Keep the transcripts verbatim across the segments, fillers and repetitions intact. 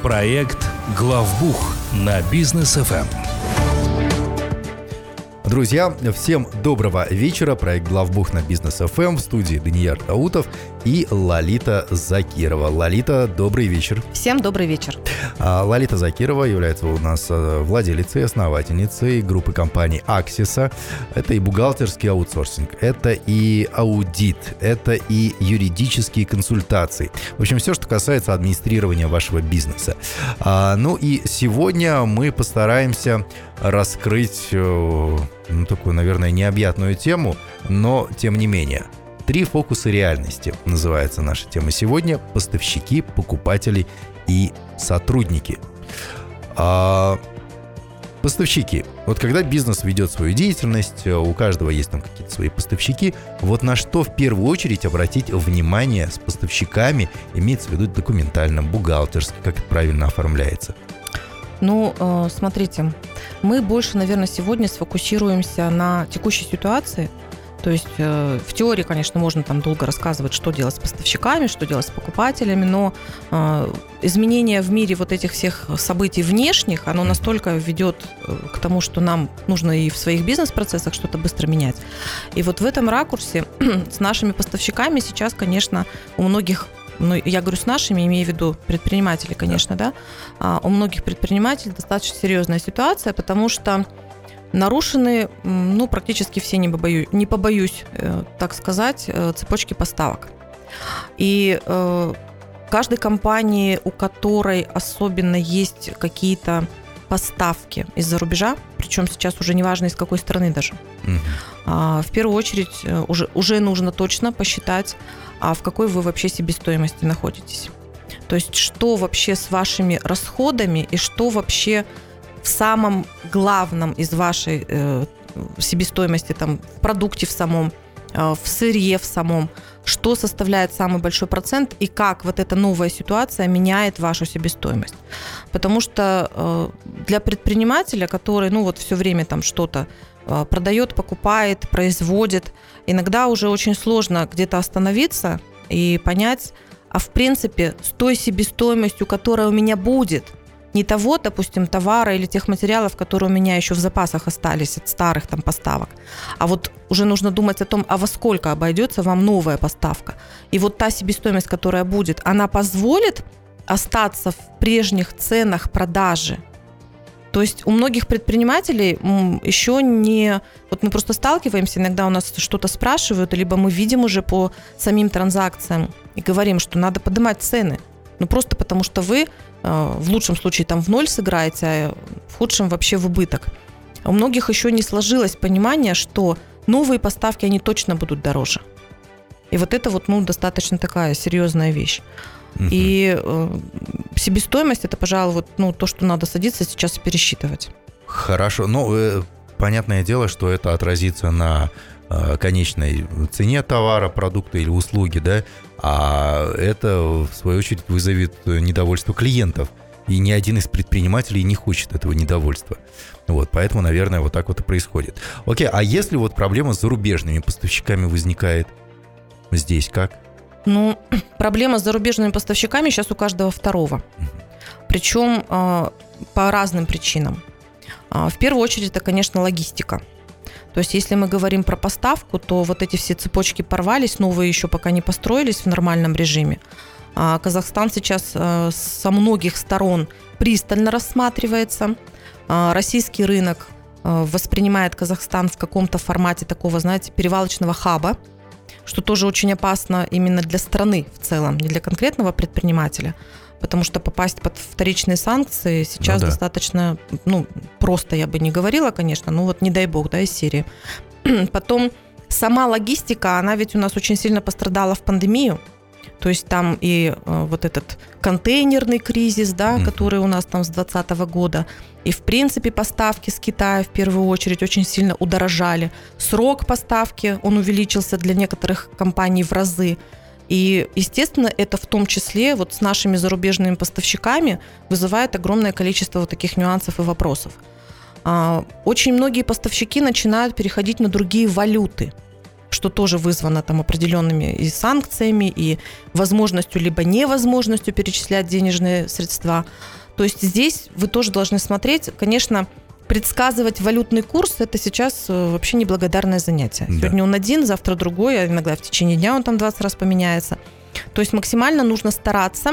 Проект «Главбух» на Бизнес эф эм. Друзья, всем доброго вечера. Проект «Главбух» на Бизнес эф эм. В студии Данияр Даутов и Лолита Закирова. Лолита, добрый вечер. Всем добрый вечер. Лолита Закирова является у нас владелицей и основательницей группы компаний «Аксиса». Это и бухгалтерский аутсорсинг, это и аудит, это и юридические консультации. В общем, все, что касается администрирования вашего бизнеса. Ну и сегодня мы постараемся раскрыть, ну, такую, наверное, необъятную тему, но тем не менее. Три фокуса реальности называется наша тема сегодня. Поставщики, покупатели и сотрудники. А, поставщики. Вот когда бизнес ведет свою деятельность, у каждого есть там какие-то свои поставщики. Вот на что в первую очередь обратить внимание с поставщиками, имеется в виду документально, бухгалтерски, как это правильно оформляется? Ну, смотрите, мы больше, наверное, сегодня сфокусируемся на текущей ситуации. То есть в теории, конечно, можно там долго рассказывать, что делать с поставщиками, что делать с покупателями, но изменение в мире вот этих всех событий внешних, оно настолько ведет к тому, что нам нужно и в своих бизнес-процессах что-то быстро менять. И вот в этом ракурсе с нашими поставщиками сейчас, конечно, у многих, ну, я говорю с нашими, имею в виду предпринимателей, конечно, да, да? У многих предпринимателей достаточно серьезная ситуация, потому что нарушены, ну, практически все, не побоюсь, не побоюсь так сказать, цепочки поставок. И э, каждой компании, у которой особенно есть какие-то поставки из-за рубежа, причем сейчас уже неважно, из какой страны даже, mm-hmm. в первую очередь уже, уже нужно точно посчитать, а в какой вы вообще себестоимости находитесь. То есть что вообще с вашими расходами и что вообще в самом главном из вашей э, себестоимости, там, в продукте в самом, э, в сырье в самом, что составляет самый большой процент и как вот эта новая ситуация меняет вашу себестоимость. Потому что э, для предпринимателя, который, ну, вот все время там что-то э, продает, покупает, производит, иногда уже очень сложно где-то остановиться и понять, а в принципе с той себестоимостью, которая у меня будет, не того, допустим, товара или тех материалов, которые у меня еще в запасах остались от старых там поставок, а вот уже нужно думать о том, а во сколько обойдется вам новая поставка. И вот та себестоимость, которая будет, она позволит остаться в прежних ценах продажи. То есть у многих предпринимателей еще не... Вот мы просто сталкиваемся, иногда у нас что-то спрашивают, либо мы видим уже по самим транзакциям и говорим, что надо поднимать цены. Ну, просто потому что вы в лучшем случае там в ноль сыграете, а в худшем вообще в убыток. У многих еще не сложилось понимание, что новые поставки, они точно будут дороже. И вот это вот, ну, достаточно такая серьезная вещь. Uh-huh. И э, себестоимость – это, пожалуй, вот, ну, то, что надо садиться сейчас и пересчитывать. Хорошо. Ну, э, понятное дело, что это отразится на э, конечной цене товара, продукта или услуги, да? А это, в свою очередь, вызовет недовольство клиентов. И ни один из предпринимателей не хочет этого недовольства. Вот, поэтому, наверное, вот так вот и происходит. Окей, а если вот проблема с зарубежными поставщиками возникает, здесь как? Ну, проблема с зарубежными поставщиками сейчас у каждого второго. Причем э, по разным причинам. Э, в первую очередь, это, конечно, логистика. То есть, если мы говорим про поставку, то вот эти все цепочки порвались, новые еще пока не построились в нормальном режиме. А Казахстан сейчас э, со многих сторон пристально рассматривается. А российский рынок э, воспринимает Казахстан в каком-то формате такого, знаете, перевалочного хаба, что тоже очень опасно именно для страны в целом, не для конкретного предпринимателя, потому что попасть под вторичные санкции сейчас ну, да. достаточно, ну, просто я бы не говорила, конечно, но вот не дай бог, да, из серии. Потом сама логистика, она ведь у нас очень сильно пострадала в пандемию, то есть там и э, вот этот контейнерный кризис, да, mm-hmm. который у нас там с двадцатого года, и в принципе поставки с Китая в первую очередь очень сильно удорожали. Срок поставки, он увеличился для некоторых компаний в разы. И, естественно, это в том числе вот с нашими зарубежными поставщиками вызывает огромное количество вот таких нюансов и вопросов. Очень многие поставщики начинают переходить на другие валюты, что тоже вызвано там определенными и санкциями, и возможностью либо невозможностью перечислять денежные средства. То есть здесь вы тоже должны смотреть, конечно, предсказывать валютный курс – это сейчас вообще неблагодарное занятие. Да. Сегодня он один, завтра другой, а иногда в течение дня он там двадцать раз поменяется. То есть максимально нужно стараться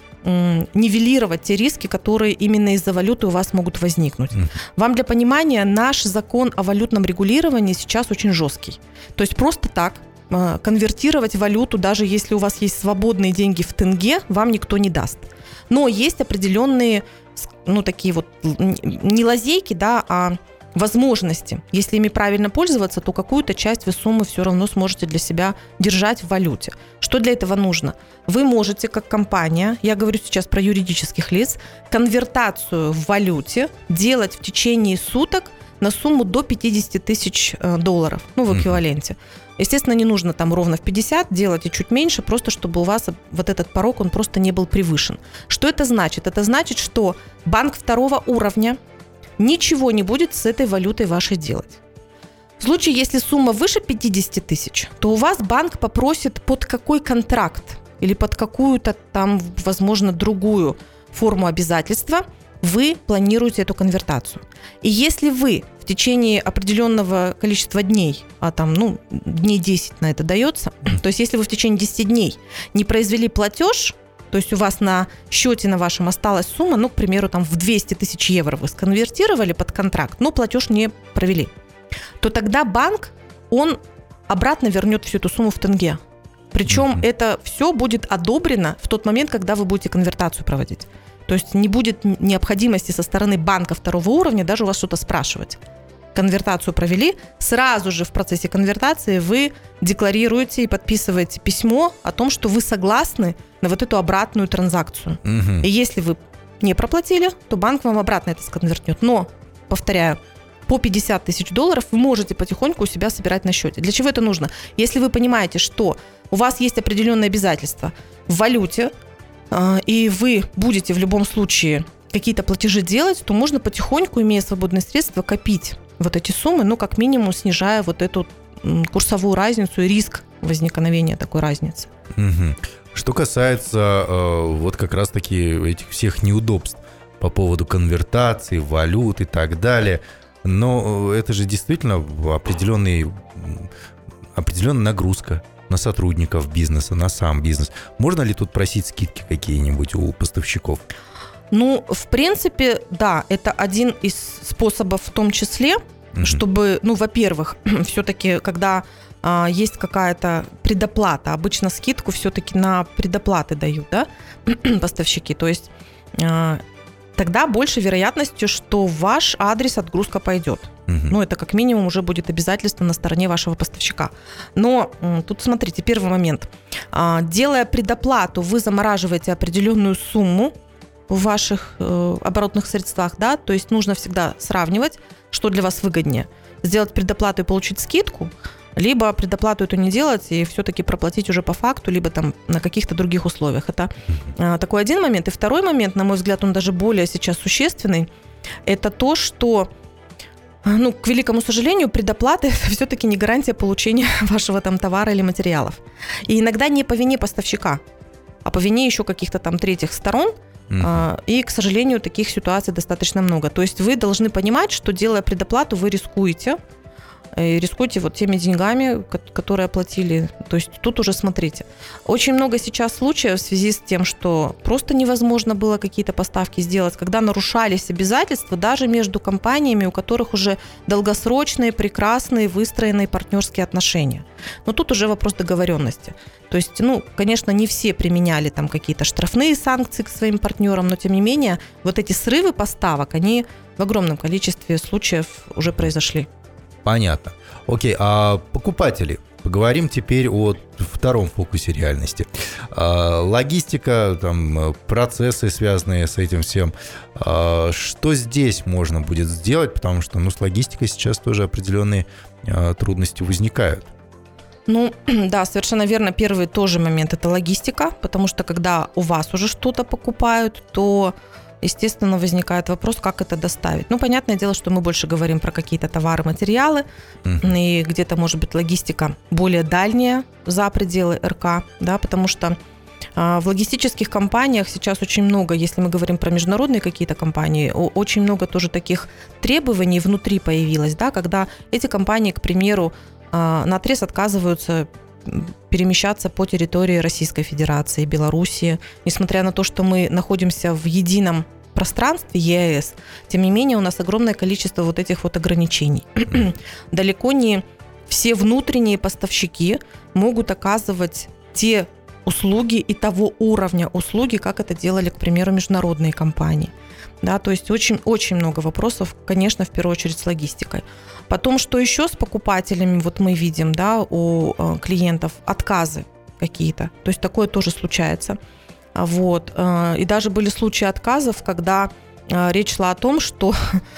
нивелировать те риски, которые именно из-за валюты у вас могут возникнуть. Mm. Вам для понимания, наш закон о валютном регулировании сейчас очень жесткий. То есть просто так конвертировать валюту, даже если у вас есть свободные деньги в тенге, вам никто не даст. Но есть определенные, ну, такие вот, не лазейки, да, а возможности. Если ими правильно пользоваться, то какую-то часть вы суммы все равно сможете для себя держать в валюте. Что для этого нужно? Вы можете, как компания, я говорю сейчас про юридических лиц, конвертацию в валюте делать в течение суток на сумму до пятьдесят тысяч долларов, ну, в эквиваленте. Естественно, не нужно там ровно в пятьдесят, делать и чуть меньше, просто чтобы у вас вот этот порог, он просто не был превышен. Что это значит? Это значит, что банк второго уровня ничего не будет с этой валютой вашей делать. В случае, если сумма выше пятьдесят тысяч, то у вас банк попросит, под какой контракт или под какую-то там, возможно, другую форму обязательства вы планируете эту конвертацию. И если вы в течение определенного количества дней, а там, ну, дней десять на это дается, то есть если вы в течение десяти дней не произвели платеж, то есть у вас на счете на вашем осталась сумма, ну, к примеру, там в двести тысяч евро вы сконвертировали под контракт, но платеж не провели, то тогда банк, он обратно вернет всю эту сумму в тенге. Причем mm-hmm. это все будет одобрено в тот момент, когда вы будете конвертацию проводить. То есть не будет необходимости со стороны банка второго уровня даже у вас что-то спрашивать. Конвертацию провели, сразу же в процессе конвертации вы декларируете и подписываете письмо о том, что вы согласны на вот эту обратную транзакцию. Угу. И если вы не проплатили, то банк вам обратно это сконвертнет. Но, повторяю, по пятьдесят тысяч долларов вы можете потихоньку у себя собирать на счете. Для чего это нужно? Если вы понимаете, что у вас есть определенные обязательства в валюте, и вы будете в любом случае какие-то платежи делать, то можно потихоньку, имея свободные средства, копить вот эти суммы, ну, как минимум, снижая вот эту курсовую разницу и риск возникновения такой разницы. Угу. Что касается э, вот как раз-таки этих всех неудобств по поводу конвертации, валют и так далее, но это же действительно определенный, определенная нагрузка на сотрудников бизнеса, на сам бизнес. Можно ли тут просить скидки какие-нибудь у поставщиков? Ну, в принципе, да, это один из способов в том числе, mm-hmm. чтобы, ну, во-первых, все-таки, когда а, есть какая-то предоплата, обычно скидку все-таки на предоплаты дают, да, поставщики, то есть а, тогда больше вероятностью, что в ваш адрес отгрузка пойдет. Uh-huh. Ну, это как минимум уже будет обязательство на стороне вашего поставщика. Но тут смотрите, первый момент. А, делая предоплату, вы замораживаете определенную сумму в ваших э, оборотных средствах, да, то есть нужно всегда сравнивать, что для вас выгоднее. Сделать предоплату и получить скидку, либо предоплату эту не делать и все-таки проплатить уже по факту, либо там на каких-то других условиях. Это э, такой один момент. И второй момент, на мой взгляд, он даже более сейчас существенный, это то, что, ну, к великому сожалению, предоплата – это все-таки не гарантия получения вашего там товара или материалов. И иногда не по вине поставщика, а по вине еще каких-то там третьих сторон. Uh-huh. И, к сожалению, таких ситуаций достаточно много. То есть вы должны понимать, что, делая предоплату, вы рискуете. И рискуете вот теми деньгами, которые оплатили. То есть тут уже смотрите. Очень много сейчас случаев в связи с тем, что просто невозможно было какие-то поставки сделать, когда нарушались обязательства даже между компаниями, у которых уже долгосрочные, прекрасные, выстроенные партнерские отношения. Но тут уже вопрос договоренности. То есть, ну, конечно, не все применяли там какие-то штрафные санкции к своим партнерам, но тем не менее вот эти срывы поставок, они в огромном количестве случаев уже произошли. Понятно. Окей, а покупатели? Поговорим теперь о втором фокусе реальности. Логистика, там, процессы, связанные с этим всем. Что здесь можно будет сделать? Потому что, ну, с логистикой сейчас тоже определенные трудности возникают. Ну, да, совершенно верно. Первый тоже момент – это логистика, потому что когда у вас уже что-то покупают, то естественно, возникает вопрос, как это доставить. Ну, понятное дело, что мы больше говорим про какие-то товары, материалы, mm-hmm. и где-то, может быть, логистика более дальняя за пределы эр ка, да, потому что в логистических компаниях сейчас очень много, если мы говорим про международные какие-то компании, очень много тоже таких требований внутри появилось, да, когда эти компании, к примеру, наотрез отказываются перемещаться по территории Российской Федерации, Белоруссии, несмотря на то, что мы находимся в едином пространстве е а эс, тем не менее у нас огромное количество вот этих вот ограничений. Далеко не все внутренние поставщики могут оказывать те услуги и того уровня услуги, как это делали, к примеру, международные компании. Да, то есть очень, очень много вопросов, конечно, в первую очередь с логистикой. Потом, что еще с покупателями, вот мы видим, да, у клиентов отказы какие-то. То есть такое тоже случается. Вот. И даже были случаи отказов, когда речь шла о том, что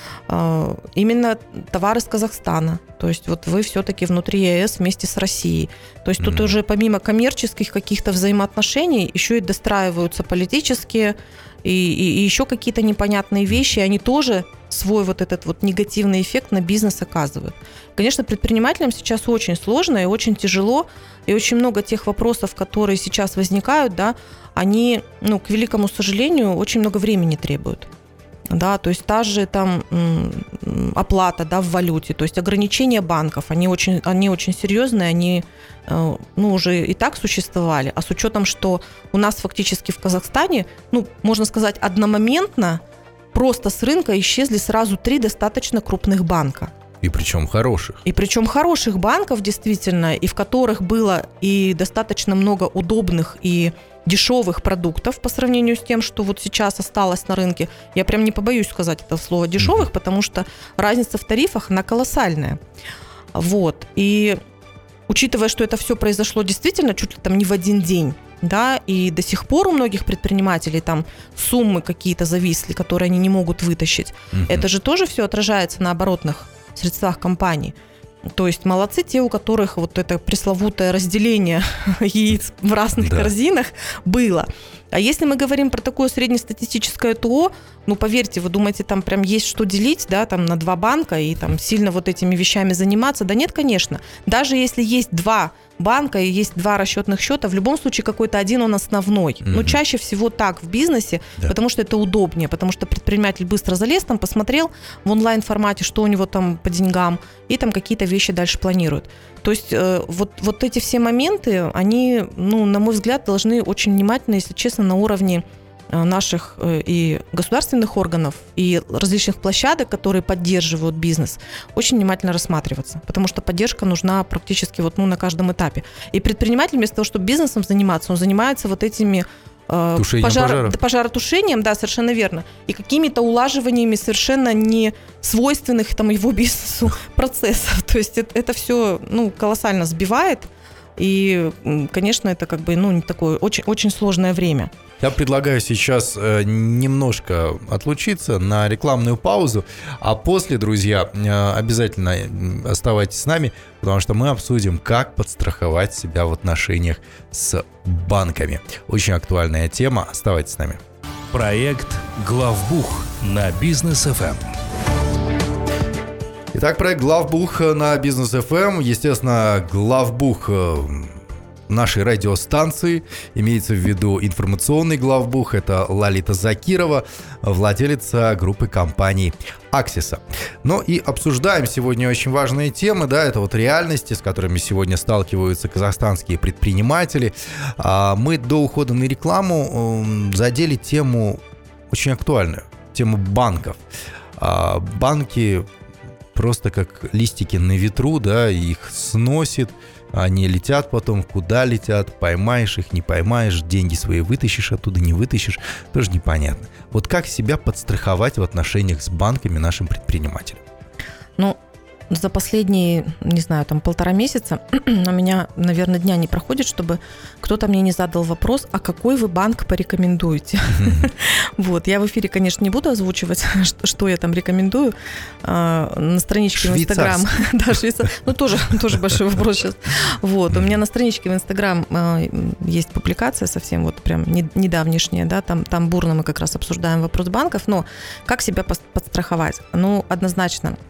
именно товары из Казахстана. То есть вот вы все-таки внутри е а эс вместе с Россией. То есть mm-hmm. тут уже помимо коммерческих каких-то взаимоотношений еще и достраиваются политические и, и, и еще какие-то непонятные вещи. Они тоже свой вот этот вот негативный эффект на бизнес оказывают. Конечно, предпринимателям сейчас очень сложно и очень тяжело. И очень много тех вопросов, которые сейчас возникают, да, они, ну, к великому сожалению, очень много времени требуют. Да, то есть та же там оплата, да, в валюте, то есть ограничения банков, они очень, они очень серьезные, они ну, уже и так существовали, а с учетом, что у нас фактически в Казахстане, ну, можно сказать, одномоментно просто с рынка исчезли сразу три достаточно крупных банка. И причем хороших. И причем хороших банков, действительно, и в которых было и достаточно много удобных и дешевых продуктов по сравнению с тем, что вот сейчас осталось на рынке. Я прям не побоюсь сказать это слово дешевых, mm-hmm. потому что разница в тарифах, она колоссальная. Вот. И учитывая, что это все произошло действительно чуть ли там не в один день, да, и до сих пор у многих предпринимателей там суммы какие-то зависли, которые они не могут вытащить, mm-hmm. это же тоже все отражается на оборотных средствах компании. То есть молодцы те, у которых вот это пресловутое разделение яиц в разных да. корзинах было. А если мы говорим про такое среднестатистическое ТО, ну, поверьте, вы думаете, там прям есть что делить, да, там на два банка и там сильно вот этими вещами заниматься? Да нет, конечно. Даже если есть два банка и есть два расчетных счета, в любом случае какой-то один он основной. Mm-hmm. Но чаще всего так в бизнесе, да. потому что это удобнее, потому что предприниматель быстро залез, там посмотрел в онлайн-формате, что у него там по деньгам, и там какие-то вещи дальше планирует. То есть э, вот, вот эти все моменты, они, ну, на мой взгляд, должны очень внимательно, если честно, на уровне наших и государственных органов, и различных площадок, которые поддерживают бизнес, очень внимательно рассматриваться, потому что поддержка нужна практически вот, ну, на каждом этапе. И предприниматель вместо того, чтобы бизнесом заниматься, он занимается вот этими э, пожар, пожаротушением, да, совершенно верно, и какими-то улаживаниями совершенно не свойственных там, его бизнесу процессов. То есть это, это все, ну, колоссально сбивает, и, конечно, это как бы, ну, такое очень, очень сложное время. Я предлагаю сейчас немножко отлучиться на рекламную паузу, а после, друзья, обязательно оставайтесь с нами, потому что мы обсудим, как подстраховать себя в отношениях с банками. Очень актуальная тема. Оставайтесь с нами. Проект «Главбух» на Бизнес эф эм. Итак, проект «Главбух» на Бизнес эф эм. Естественно, «Главбух» нашей радиостанции, имеется в виду информационный главбух, это Лалита Закирова, владелица группы компаний Аксиса. Ну и обсуждаем сегодня очень важные темы, да, это вот реальности, с которыми сегодня сталкиваются казахстанские предприниматели. Мы до ухода на рекламу задели тему очень актуальную, тему банков. Банки просто как листики на ветру, да, их сносит. Они летят потом, куда летят, поймаешь их, не поймаешь, деньги свои вытащишь оттуда, не вытащишь, тоже непонятно. Вот как себя подстраховать в отношениях с банками нашим предпринимателям? Ну, За последние, не знаю, там полтора месяца у меня, наверное, дня не проходит, чтобы кто-то мне не задал вопрос, а какой вы банк порекомендуете? Mm-hmm. Вот, я в эфире, конечно, не буду озвучивать, что, что я там рекомендую. А, на страничке в Инстаграм. Да, швейцар... Ну, тоже, тоже большой вопрос сейчас. Вот, mm-hmm. у меня на страничке в Инстаграм а, есть публикация совсем вот прям не, недавнешняя, да, там, там бурно мы как раз обсуждаем вопрос банков, но как себя подстраховать? Ну, однозначно,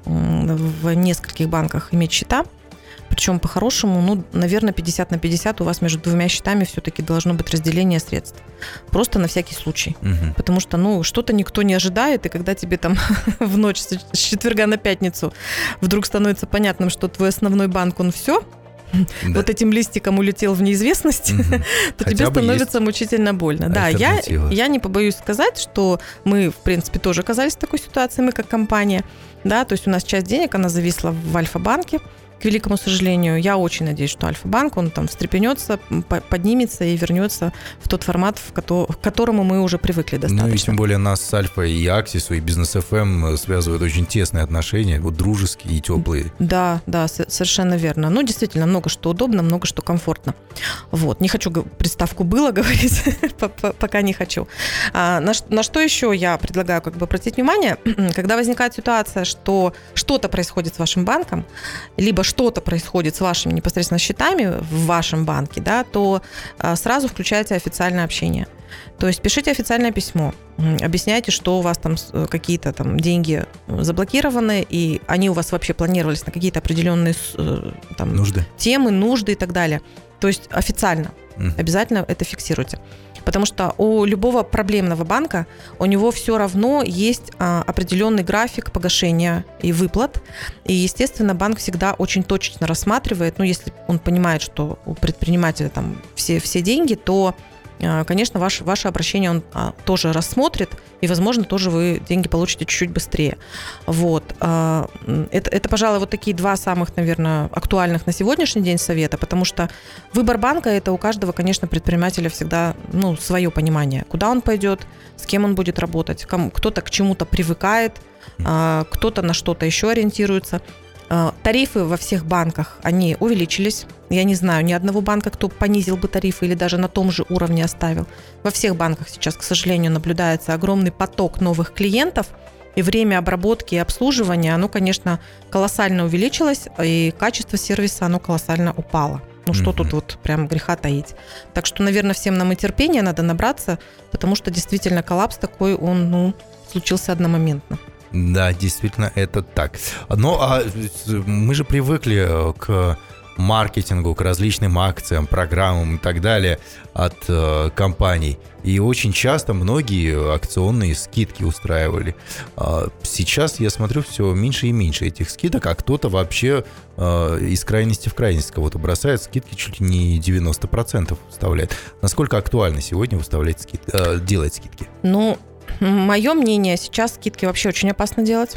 в нескольких банках иметь счета, причем по-хорошему, ну, наверное, пятьдесят на пятьдесят у вас между двумя счетами все-таки должно быть разделение средств. Просто на всякий случай. Угу. Потому что, ну, что-то никто не ожидает, и когда тебе там в ночь с четверга на пятницу вдруг становится понятным, что твой основной банк, он все, да. вот этим листиком улетел в неизвестность, угу. то Хотя тебе становится мучительно больно. Да, я, я не побоюсь сказать, что мы, в принципе, тоже оказались в такой ситуации, мы как компания. Да, то есть у нас часть денег, она зависла в Альфа-банке, к великому сожалению. Я очень надеюсь, что Альфа-банк, он там встрепенется, поднимется и вернется в тот формат, в к которому мы уже привыкли достаточно. Ну и тем более нас с Альфой и Аксису, и Бизнес эф эм связывают очень тесные отношения, вот дружеские и теплые. Да, да, совершенно верно. Ну, действительно, много что удобно, много что комфортно. Вот. Не хочу приставку «было» говорить, пока не хочу. А, на, на что еще я предлагаю как бы обратить внимание, когда возникает ситуация, что что-то происходит с вашим банком, либо что-то происходит с вашими непосредственно счетами в вашем банке, да, то сразу включайте официальное общение. То есть пишите официальное письмо, объясняйте, что у вас там какие-то там деньги заблокированы, и они у вас вообще планировались на какие-то определенные там, нужды. темы, нужды и так далее. То есть официально. Mm. Обязательно это фиксируйте. Потому что у любого проблемного банка у него все равно есть а, определенный график погашения и выплат. И, естественно, банк всегда очень точечно рассматривает, ну, если он понимает, что у предпринимателя там все, все деньги, то, а, конечно, ваше, ваше обращение он а, тоже рассмотрит, и, возможно, тоже вы деньги получите чуть-чуть быстрее. Вот. А, это, это, пожалуй, вот такие два самых, наверное, актуальных на сегодняшний день совета, потому что выбор банка – это у каждого, конечно, предпринимателя всегда, ну, свое понимание, куда он пойдет, с кем он будет работать. Кому, кто-то к чему-то привыкает, а, кто-то на что-то еще ориентируется. А, тарифы во всех банках, они увеличились. Я не знаю ни одного банка, кто понизил бы тарифы или даже на том же уровне оставил. Во всех банках сейчас, к сожалению, наблюдается огромный поток новых клиентов, и время обработки и обслуживания, оно, конечно, колоссально увеличилось, и качество сервиса, оно колоссально упало. Ну, что mm-hmm. тут вот прям греха таить. Так что, наверное, всем нам и терпения надо набраться, потому что действительно коллапс такой, он, ну, случился одномоментно. Да, действительно, это так. Но а мы же привыкли к маркетингу, к различным акциям, программам и так далее от э, компаний. И очень часто многие акционные скидки устраивали. А сейчас я смотрю все меньше и меньше этих скидок, а кто-то вообще э, из крайности в крайность кого-то бросает, скидки чуть ли не девяносто процентов вставляет. Насколько актуально сегодня выставлять скидки, э, делать скидки? Ну, мое мнение, сейчас скидки вообще очень опасно делать.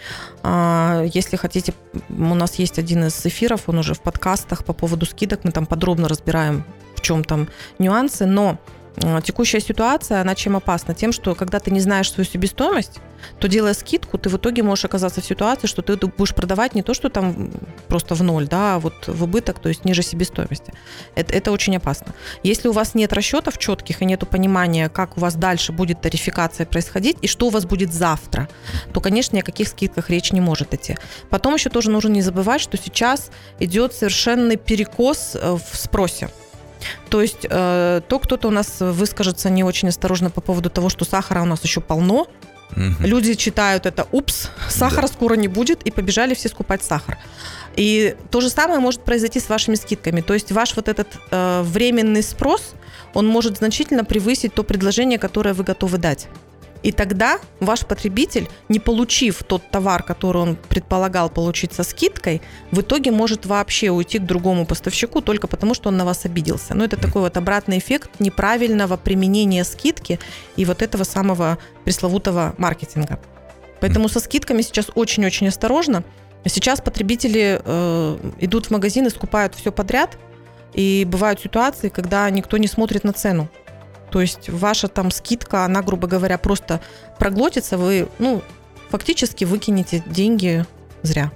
Uh-huh. Если хотите, у нас есть один из эфиров, он уже в подкастах по поводу скидок, мы там подробно разбираем, в чем там нюансы, но текущая ситуация, она чем опасна? Тем, что когда ты не знаешь свою себестоимость, то, делая скидку, ты в итоге можешь оказаться в ситуации, что ты будешь продавать не то, что там просто в ноль, да, а вот в убыток, то есть ниже себестоимости. Это, это очень опасно. Если у вас нет расчетов четких и нет понимания, как у вас дальше будет тарификация происходить и что у вас будет завтра, то, конечно, ни о каких скидках речь не может идти. Потом еще тоже нужно не забывать, что сейчас идет совершенный перекос в спросе. То есть э, то кто-то у нас выскажется не очень осторожно по поводу того, что сахара у нас еще полно. Угу. Люди читают это, упс, сахара да. скоро не будет, и побежали все скупать сахар. И то же самое может произойти с вашими скидками. То есть ваш вот этот э, временный спрос, он может значительно превысить то предложение, которое вы готовы дать. И тогда ваш потребитель, не получив тот товар, который он предполагал получить со скидкой, в итоге может вообще уйти к другому поставщику только потому, что он на вас обиделся. Ну, это такой вот обратный эффект неправильного применения скидки и вот этого самого пресловутого маркетинга. Поэтому со скидками сейчас очень-очень осторожно. Сейчас потребители э, идут в магазин и скупают все подряд, и бывают ситуации, когда никто не смотрит на цену. То есть ваша там скидка, она, грубо говоря, просто проглотится, вы, ну, фактически выкинете деньги зря.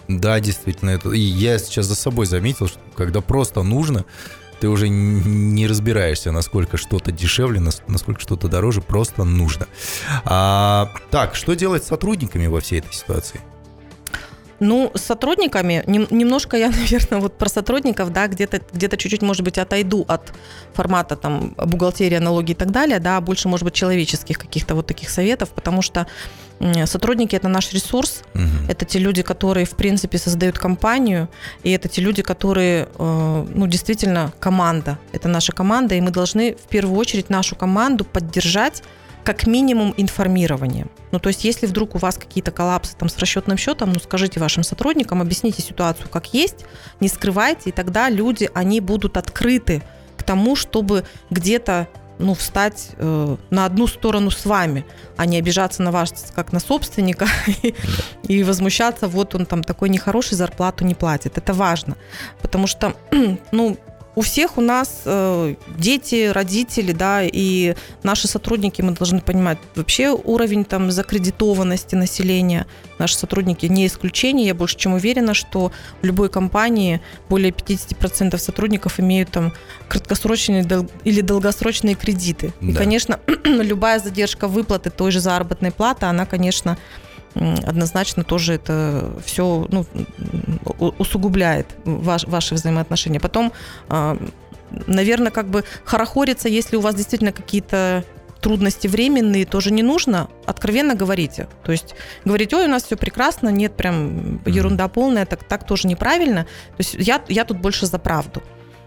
Да, действительно. Это... И я сейчас за собой заметил, что когда просто нужно, ты уже не разбираешься, насколько что-то дешевле, насколько что-то дороже, просто нужно. А, так, что делать с сотрудниками во всей этой ситуации? Ну, с сотрудниками, немножко я, наверное, вот про сотрудников, да, где-то, где-то чуть-чуть, может быть, отойду от формата там бухгалтерия, налоги и так далее, да, больше, может быть, человеческих каких-то вот таких советов, потому что сотрудники – это наш ресурс, угу. Это те люди, которые, в принципе, создают компанию, и это те люди, которые, ну, действительно, команда, это наша команда, и мы должны в первую очередь нашу команду поддержать как минимум информированием. Ну, то есть, если вдруг у вас какие-то коллапсы там с расчетным счетом, ну, скажите вашим сотрудникам, объясните ситуацию как есть, не скрывайте, и тогда люди, они будут открыты к тому, чтобы где-то, ну, встать э, на одну сторону с вами, а не обижаться на вас как на собственника и, и возмущаться, вот он там такой нехороший, зарплату не платит. Это важно, потому что, ну, у всех у нас э, дети, родители, да, и наши сотрудники, мы должны понимать, вообще уровень там закредитованности населения, наши сотрудники не исключение. Я больше чем уверена, что в любой компании более пятьдесят процентов сотрудников имеют там краткосрочные дол- или долгосрочные кредиты. Да. И, конечно, любая задержка выплаты той же заработной платы, она, конечно, однозначно тоже это все, ну, усугубляет ваш, ваши взаимоотношения. Потом, наверное, как бы хорохориться, если у вас действительно какие-то трудности временные, тоже не нужно, откровенно говорите. То есть говорить, ой, у нас все прекрасно, нет, прям ерунда полная, так, так тоже неправильно. То есть я, я тут больше за правду.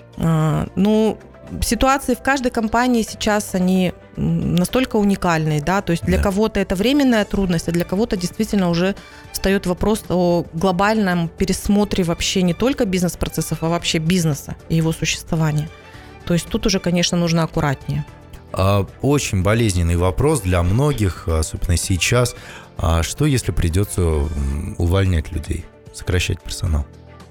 Ну, ситуации в каждой компании сейчас, они настолько уникальные, да, то есть для да. кого-то это временная трудность, а для кого-то действительно уже встает вопрос о глобальном пересмотре вообще не только бизнес-процессов, а вообще бизнеса и его существования. То есть тут уже, конечно, нужно аккуратнее. Очень болезненный вопрос для многих, особенно сейчас. Что, если придется увольнять людей, сокращать персонал?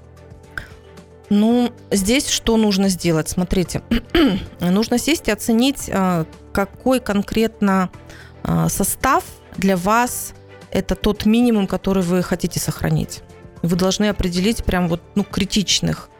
Ну, здесь что нужно сделать? Смотрите, нужно сесть и оценить, какой конкретно состав для вас это тот минимум, который вы хотите сохранить. Вы должны определить прям вот, ну, критичных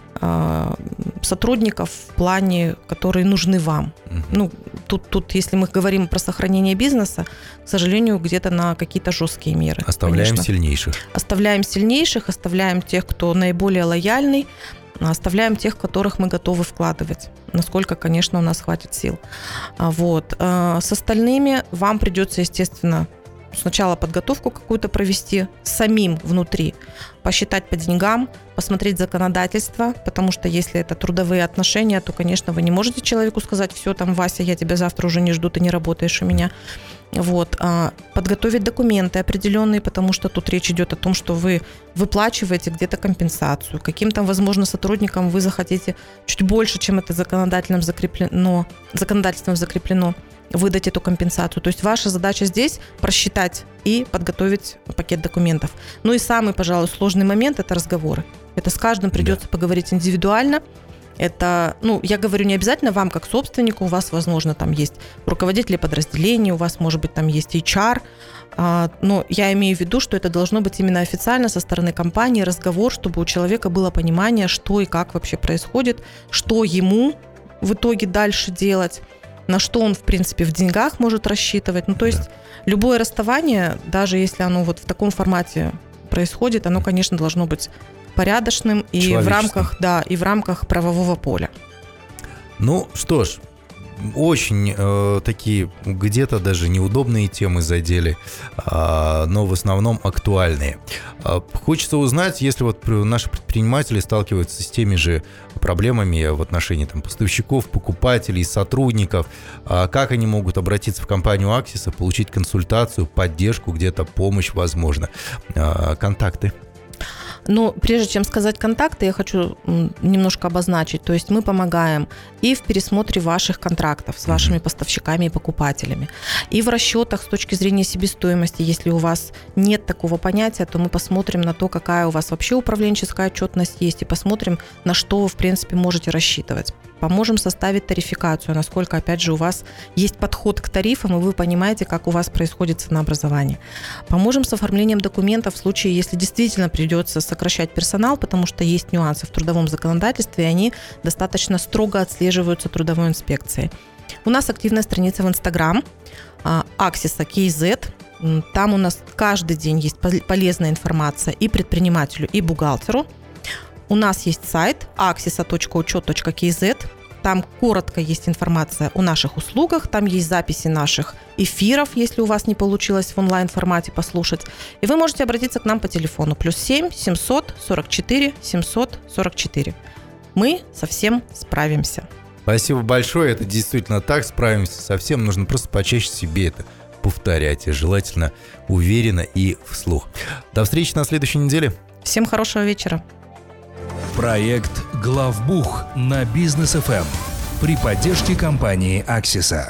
сотрудников в плане, которые нужны вам. Uh-huh. Ну, тут, тут, если мы говорим про сохранение бизнеса, к сожалению, где-то на какие-то жесткие меры. Оставляем конечно. сильнейших. Оставляем сильнейших, оставляем тех, кто наиболее лояльный, оставляем тех, которых мы готовы вкладывать, насколько, конечно, у нас хватит сил. Вот. С остальными вам придется, естественно, сначала подготовку какую-то провести самим внутри, посчитать по деньгам, посмотреть законодательство, потому что если это трудовые отношения, то, конечно, вы не можете человеку сказать, все, там, Вася, я тебя завтра уже не жду, ты не работаешь у меня. Вот. Подготовить документы определенные, потому что тут речь идет о том, что вы выплачиваете где-то компенсацию. Каким-то, возможно, сотрудникам вы захотите чуть больше, чем это законодательным закреплено, законодательством закреплено, выдать эту компенсацию. То есть ваша задача здесь просчитать и подготовить пакет документов. Ну и самый, пожалуй, сложный момент – это разговоры. Это с каждым придется да. поговорить индивидуально. Это, ну, я говорю не обязательно вам как собственнику, у вас, возможно, там есть руководители подразделений, у вас, может быть, там есть эйч ар, но я имею в виду, что это должно быть именно официально со стороны компании разговор, чтобы у человека было понимание, что и как вообще происходит, что ему в итоге дальше делать, на что он, в принципе, в деньгах может рассчитывать. Ну, то есть да. любое расставание, даже если оно вот в таком формате происходит, оно, конечно, должно быть порядочным и в рамках, да, и в рамках правового поля. Ну, что ж, очень э, такие где-то даже неудобные темы задели, э, но в основном актуальные. Э, хочется узнать, если вот наши предприниматели сталкиваются с теми же проблемами в отношении там, поставщиков, покупателей, сотрудников, э, как они могут обратиться в компанию Axis, получить консультацию, поддержку, где-то помощь, возможно. Э, контакты. Но прежде чем сказать контакты, я хочу немножко обозначить. То есть мы помогаем и в пересмотре ваших контрактов с вашими поставщиками и покупателями, и в расчетах с точки зрения себестоимости. Если у вас нет такого понятия, то мы посмотрим на то, какая у вас вообще управленческая отчетность есть, и посмотрим, на что вы, в принципе, можете рассчитывать. Поможем составить тарификацию, насколько, опять же, у вас есть подход к тарифам, и вы понимаете, как у вас происходит ценообразование. Поможем с оформлением документов в случае, если действительно придется сокращать персонал, потому что есть нюансы в трудовом законодательстве, и они достаточно строго отслеживаются трудовой инспекцией. У нас активная страница в Инстаграм, Аксиса кей зет. Там у нас каждый день есть полезная информация и предпринимателю, и бухгалтеру. У нас есть сайт аксиса точка учет точка кей зет. Там коротко есть информация о наших услугах, там есть записи наших эфиров, если у вас не получилось в онлайн-формате послушать. И вы можете обратиться к нам по телефону плюс семь семьсот сорок четыре семьсот сорок четыре. Мы со всем справимся. Спасибо большое, это действительно так, справимся со всем. Нужно просто почаще себе это повторять, и желательно уверенно и вслух. До встречи на следующей неделе. Всем хорошего вечера. Проект «Главбух» на Бизнес эф эм при поддержке компании «Аксиса».